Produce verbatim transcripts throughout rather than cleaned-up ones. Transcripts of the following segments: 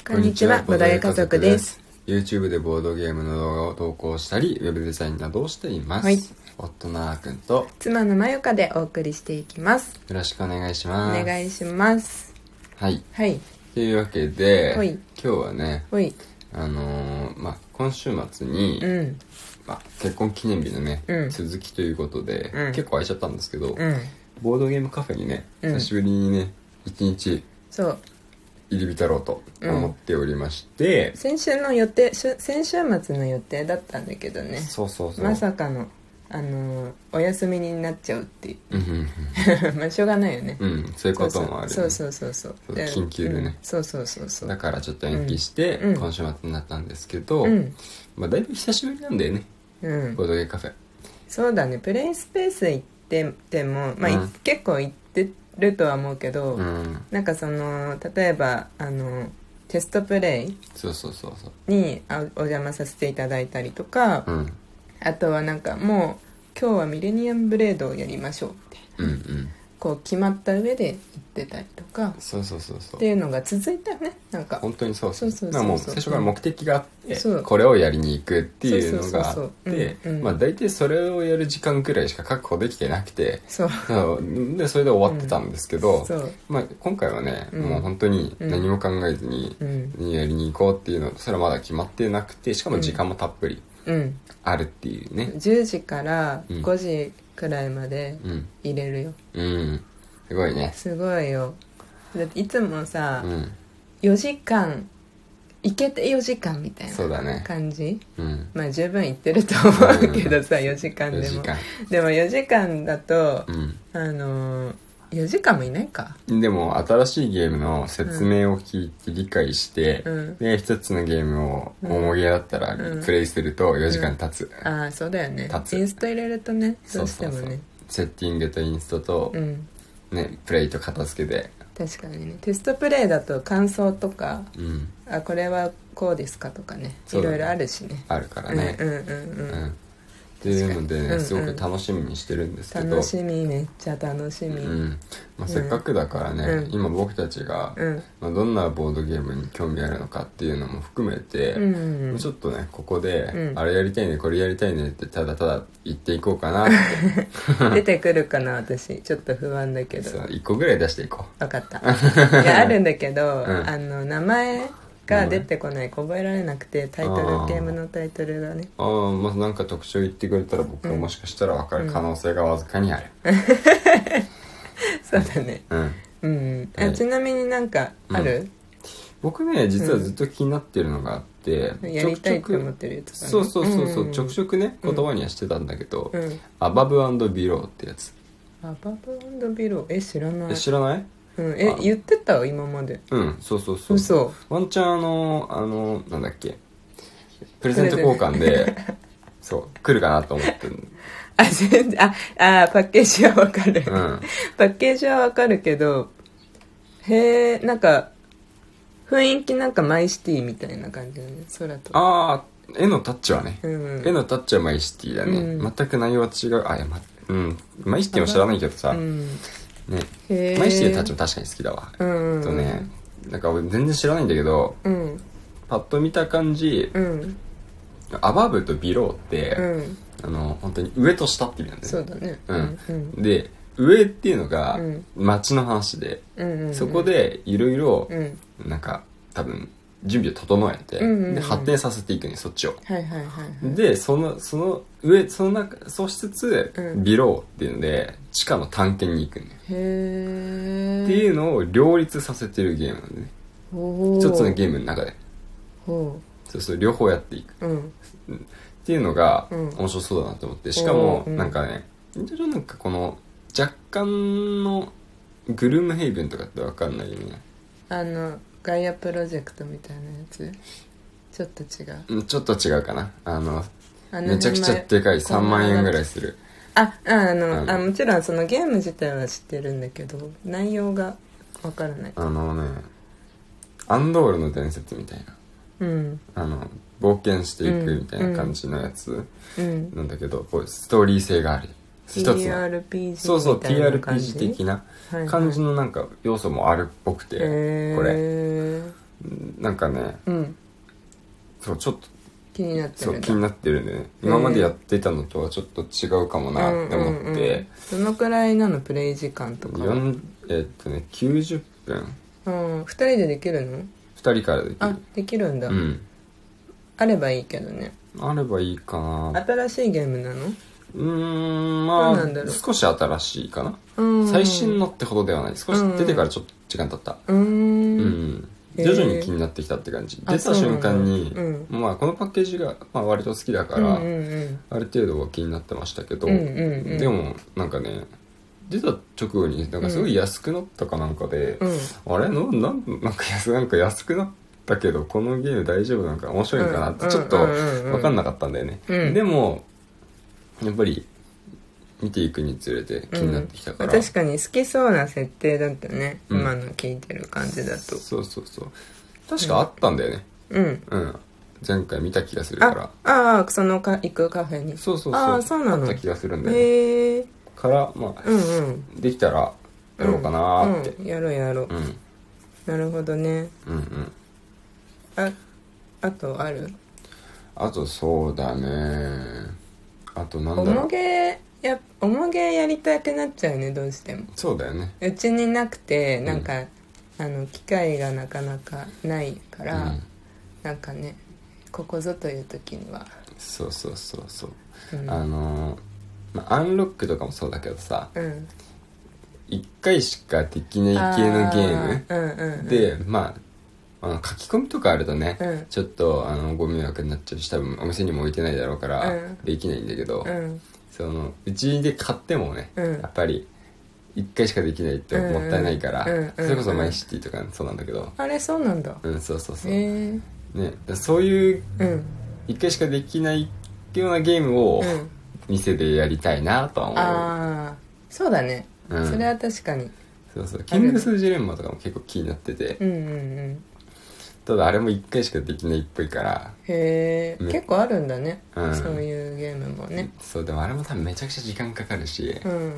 こんにちは、ボドゲ家族です。 YouTube でボードゲームの動画を投稿したりウェブデザインなどをしています、はい、夫のあーくんと妻のまゆかでお送りしていきます。 よろしくお願いします。 お願いします。 はい、 はい、 というわけで、 はい、 今日はね、 はい、 あのー、まあ今週末に、 うんまあ、結婚記念日のね、 うん、 続きということで、 うん、 結構空いちゃったんですけど、 うん、 ボードゲームカフェにね、久しぶりにね一日そう入り浸ろうと思っておりまして、 うん、先週の予定先週末の予定だったんだけどね、 そうそうそう、 まさかの、あのー、お休みになっちゃうっていううんまあしょうがないよね、 うん、そういうこともある、ね、 そうそうそうそうそう緊急でね、 うん、そうそうそうそうだからちょっと延期して、 うん、 今週末になったんですけど、 うん、 まあだいぶ久しぶりなんだよね、うん、ボードゲーカフェ。 そうだね、プレイスペース行ってても、まあ、うん、結構行ってるとは思うけど、うん、なんかその例えばあのテストプレイそうそうそうそうにお邪魔させていただいたりとか、うん、あとはなんかもう今日はミレニアムブレードをやりましょうみたいな、うんうん、こう決まった上で行ってたりとか、 そうそうそうそうっていうのが続いたね。なんか本当にそうそうそうそうそうそう、 もう最初から目的があって、 うん、 これをやりに行くっていうのがあってまあ大体それをやる時間くらいしか確保できてなくて、 そうでそれで終わってたんですけど、 うん、 まあ、今回はね、うん、もう本当に何も考えずにやりに行こうっていうのそれはまだ決まってなくて、しかも時間もたっぷりあるっていうね、 うん、じゅうじからごじくらいまで入れるよ、 うん、うん、すごいね、 すごいよ。だっていつもさ、 うん、 よじかん行けてよじかんみたいな感じ、 ね、うん、 まあ十分行ってると思うけどさ、うん、よじかんでもでもよじかんだと、うん、あのー、よじかんもいないか。 でも新しいゲームの説明を聞いて理解して、うん、で一つのゲームを重ゲーだったらプレイするとよじかん経つ、 うんうん、ああそうだよね、インスト入れるとね、どうしてもね、そうそうそう、 セッティングとインストと、うんね、プレイと片付けで、 確かにね、テストプレイだと感想とか、 うん、 あこれはこうですかとかね、いろいろあるしね、 あるからね、 うんうんうんうん、うん、 っていうのでね、すごく楽しみにしてるんですけど、 楽しみ、めっちゃ楽しみ、 うんまあ、せっかくだからね、うん、今僕たちが、うんまあ、どんなボードゲームに興味あるのかっていうのも含めて、うんうん、ちょっとねここで、うん、あれやりたいねこれやりたいねってただただ言っていこうかなって出てくるかな、私ちょっと不安だけど、 そういっこぐらい出していこう。 分かったいやあるんだけど、うん、あの名前が出てこない、覚えられなくて、タイトルゲームのタイトルがね、 ああまあなんか特徴言ってくれたら僕はもしかしたら分かる可能性がわずかにある、うん、 そうだね、うんうん、あ、ちなみになんかある、うん、 僕ね実はずっと気になってるのがあって、 うん、やりたいって思ってるやつ、 ね、そうそうそうそう、うんうん、ちょくちょくね言葉にはしてたんだけど、うん、アバブ&ビローってやつ。 アバブ&ビロー、え知らない。 え知らない？ うん、え言ってた今まで。 うんそうそうそう。 嘘。 ワンチャンあのあのなんだっけプレゼント交換でそう来るかなと思ってる。 あ全然ああパッケージはわかる、うん、パッケージはわかるけど、へえなんか雰囲気なんかマイシティみたいな感じだね、空と。 ああ絵のタッチはね、うん、絵のタッチはマイシティだね、うん、全く内容は違う。あいやまうんマイシティも知らないけどさ、うんね、マイシティのタッチも確かに好きだわ、うんうん、とねなんか俺全然知らないんだけど、うん、パッと見た感じ、うん、アバブとビローって、うん、あの本当に上と下って意味なんだよね。 そうだね、 うんうん、で上っていうのが街の話で、うんうんうん、そこでいろいろなんか多分準備を整えて、うんうんうん、で発展させていくねそっちを、 はいはいはいはい、 でそのその上その中そうしつつ、うん、ビローっていうので地下の探検に行くね。 へーっていうのを両立させてるゲームなんでね、一つのゲームの中でそうそう両方やっていく、うん、っていうのが面白そうだなと思って、しかもなんかねなんかこの若干のグルームヘイブンとかって分かんないよね、 あのガイアプロジェクトみたいなやつちょっと違う、 うん、ちょっと違うかな。あのめちゃくちゃでかいさんまんえんぐらいする。 ああの、あのあもちろんそのゲーム自体は知ってるんだけど内容が分からない。 あのねアンドールの伝説みたいな、うん、あの冒険していくみたいな感じのやつなんだけど、うん、こうストーリー性がある一つの ティーアールピージー そうそう ティーアールピージー 的な感じのなんか要素もあるっぽくて、はいはい、これなんかね、 うん、 そうちょっと気になってるんだ。 そう気になってるね。今までやってたのとはちょっと違うかもなって思って、うんうんうん、 どのくらいなのプレイ時間とかは？ えー、っとねきゅうじゅっぷん。 うん、ふたりでできるの？ ふたりからできる。 あ、できるんだ、うん、あればいいけどね。 あればいいかな。 新しいゲームなの？ うーん、まあ少し新しいかな。最新のってほどではない。少し出てからちょっと時間経った。うん、うん、徐々に気になってきたって感じ。出た瞬間に、うん、まあこのパッケージが、まあ、割と好きだから、うんうんうん、ある程度は気になってましたけど、うんうんうん、でもなんかね出た直後になんかすごい安くなったかなんかで、うん、あれのなんなんか安なんか安くなったけどこのゲーム大丈夫なんか面白いのかなってちょっと分かんなかったんだよね、うん、でもやっぱり見ていくにつれて気になってきたから、 うん、確かに好きそうな設定だったね、うん、今の聞いてる感じだと。 そうそうそう、確かあったんだよね。うん、うん、前回見た気がするから。 ああ、そのか行くカフェに。 そうそうそう、 ああ、そうなの。 あった気がするんだよね。へえ。からまあ、うんうん、できたらやろうかなーって、 うんうん、やろうやろう、うん、なるほどね。うんうん。あ、あとある？ あとそうだね、あとなんだろう、 おもげやおもげやりたくなっちゃうね、どうしても。 そうだよね、 うちになくてなんか、うん、あの機会がなかなかないから、うん、なんかねここぞという時には。そうそうそうそう、うん、あのーまあ、アンロックとかもそうだけどさ、うん、いっかいしかできない系のゲームで、まあ、あの書き込みとかあるとね、うん、ちょっとあのご迷惑になっちゃうし多分お店にも置いてないだろうからできないんだけど、うん、そのうちで買ってもね、うん、やっぱりいっかいしかできないってもったいないから、うんうん、それこそマイシティとかそうなんだけど、 あれそうなんだ、 うん、そうそうそう、ね、そういういっかいしかできないようなゲームを、うん店でやりたいなとは思う。 ああ、そうだね、うん、それは確かに。 そうそう、キングスジレンマとかも結構気になってて、うんうんうん、ただあれもいっかいしかできないっぽいから。 へえ、結構あるんだね、うん、そういうゲームもね。 そう、でもあれも多分めちゃくちゃ時間かかるし、うんうん、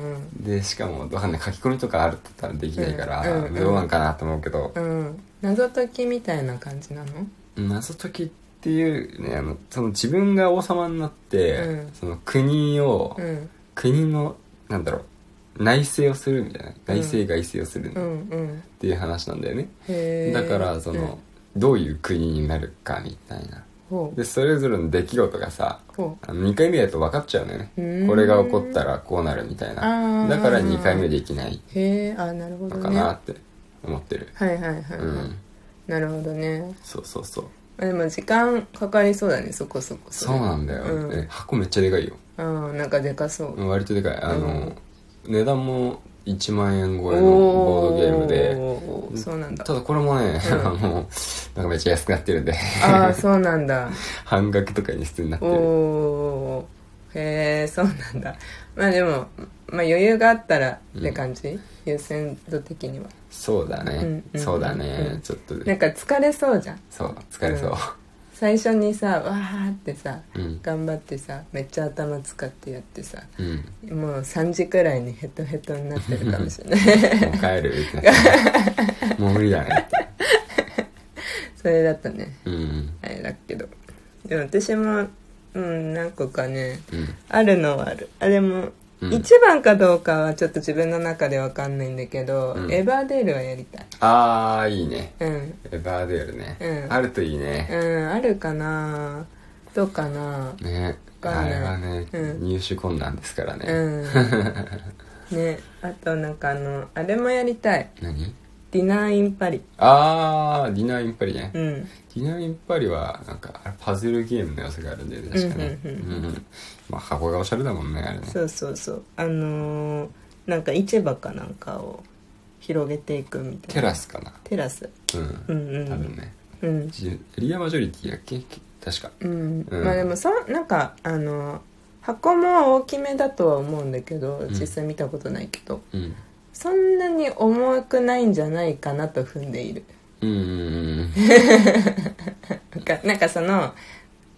でしかもわかんない、書き込みとかあるって言ったらできないから、うんうん、どうなんかなと思うけど、うん、 謎解きみたいな感じなの？ 謎解きっていうね、あのその自分が王様になって、うん、その国を、うん、国のなんだろう内政をするみたいな、内政外政をする、うん、っていう話なんだよね、うん、だからその、うん、どういう国になるかみたいな、でそれぞれの出来事がさあのにかいめだと分かっちゃうのよね、これが起こったらこうなるみたいな、だからにかいめできないのかなって思ってる。 はいはいはい、はい、うん、なるほどね。 そうそうそう、 でも時間かかりそうだね、そこそこ。 そうなんだよ、うん、箱めっちゃでかいよ。 ああ、なんかでかそう。 割とでかい、あの、うん、値段もいちまんえん超えのボードゲームで、 そうなんだ。 ただこれもね、うん、あのなんかめっちゃ安くなってるんでああ、そうなんだ半額とかに普通になってる。 おー、へえ、そうなんだ。まあでも、まあ、余裕があったらって感じ、うん、優先度的には。 そうだね、うんうん、そうだね、うん、ちょっとなんか疲れそうじゃん。 そう疲れそう、うん、 最初にさわーってさ、うん、頑張ってさめっちゃ頭使ってやってさ、うん、もうさんじくらいにヘトヘトになってるかもしれないもう帰るってもう無理だねってそれだったね、うん、あれだけど、でも私もうん何個かね、うん、あるのはある。あれもうん、一番かどうかはちょっと自分の中で分かんないんだけど、うん、エバーデールはやりたい。 ああいいね、うん、エバーデールね、うん、あるといいね。 うんあるかな、どうかなね、あれはね、うん、入手困難ですからね、うんね、あとなんかあのあれもやりたい。 何？ ディナーインパリ。 あーディナーインパリね、うん、ディナーインパリはなんかパズルゲームの要素があるんだよね確かね、うんうんうんうん、まあ箱がおしゃれだもんねあれね。 そうそうそう、あのー、なんか市場かなんかを広げていくみたいな。 テラスかな、 テラス、うん、うんうん多分ね、うん、リアマジョリティだっけ確か、 うんうん、まあでもそなんかあの箱も大きめだとは思うんだけど実際見たことないけど、うん、そんなに重くないんじゃないかなと踏んでいる。うんうんうんなんか、なんかその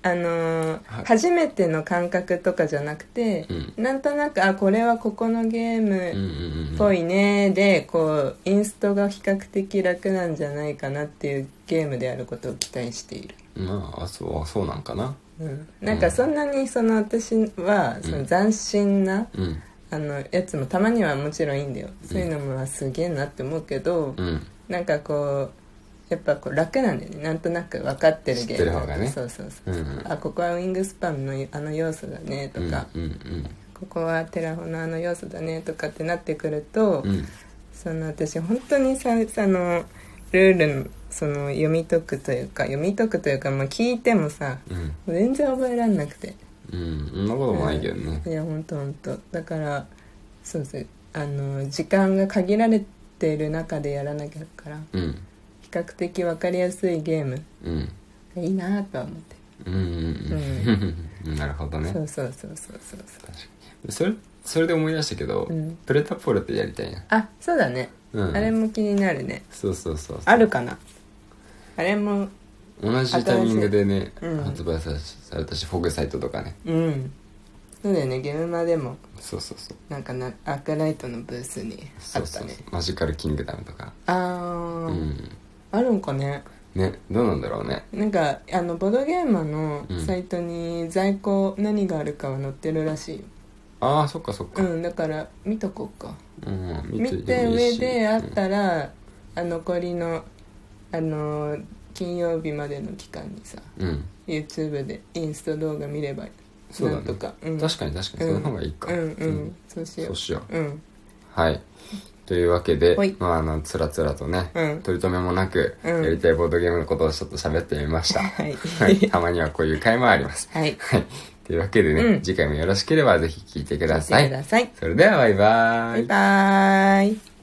あのー、初めての感覚とかじゃなくて、うん、なんとなくあこれはここのゲームっぽいねでこうインストが比較的楽なんじゃないかなっていうゲームであることを期待している。 まあそうそうなんかな、 うん、なんかそんなにその私はその斬新な、うん、あのやつもたまにはもちろんいいんだよ、うん、そういうのもすげえなって思うけど、うん、なんかこうやっぱこう楽なんだよね、なんとなく分かってるゲームだと、知ってる方がね、そうそうそう、うんうん、あここはウィングスパンのあの要素だねとか、うんうんうん、ここはテラフォのあの要素だねとかってなってくると、うん、その私本当にさそのルールのその読み解くというか読み解くというか、まあ、聞いてもさ、うん、全然覚えらんなくて、 うん、そんなこともないけどね、 うん、いや本当本当だからそうそうあの時間が限られている中でやらなきゃだから、うん、比較的分かりやすいゲーム、うん、いいなとは思ってる。うんうんうん、なるほどね。 そうそうそうそうそうそう。 確かにそれそれで思い出したけど、うん、プレタポルってやりたいな。 あ、そうだね、うん、あれも気になるね。 そうそうそうそう。 あるかな。あれも同じタイミングでね、うん、発売されたし、フォグサイトとかね。 うん。そうだよね、ゲームマでも。 そうそうそう。 なんかなアークライトのブースにあったね。そうそうそう、 マジカルキングダムとか。 あー、うん、あるんかね。 ね、どうなんだろうね。 なんかあのボードゲーマーのサイトに在庫何があるかは載ってるらしいよ。 ああ、そっかそっか。 うん、だから見とこうか。 うん、 見て, 見て上であったら、うん、あ残りのあの金曜日までの期間にさ、うん、YouTube でインスト動画見ればいい。 そうだね、 なんとか、 うん、確かに確かにその方がいいか。 うんうん、うん、そうしよう。 そうしよう。 うん、 はい。というわけで、まあ、あのつらつらとね、うん、取り留めもなく、うん、やりたいボードゲームのことをちょっと喋ってみました。はい、はい。たまにはこういう回もあります。はい。はい。というわけでね、うん、次回もよろしければぜひ聞いてください。聞いてください。それではバイバーイ。 バイバーイ。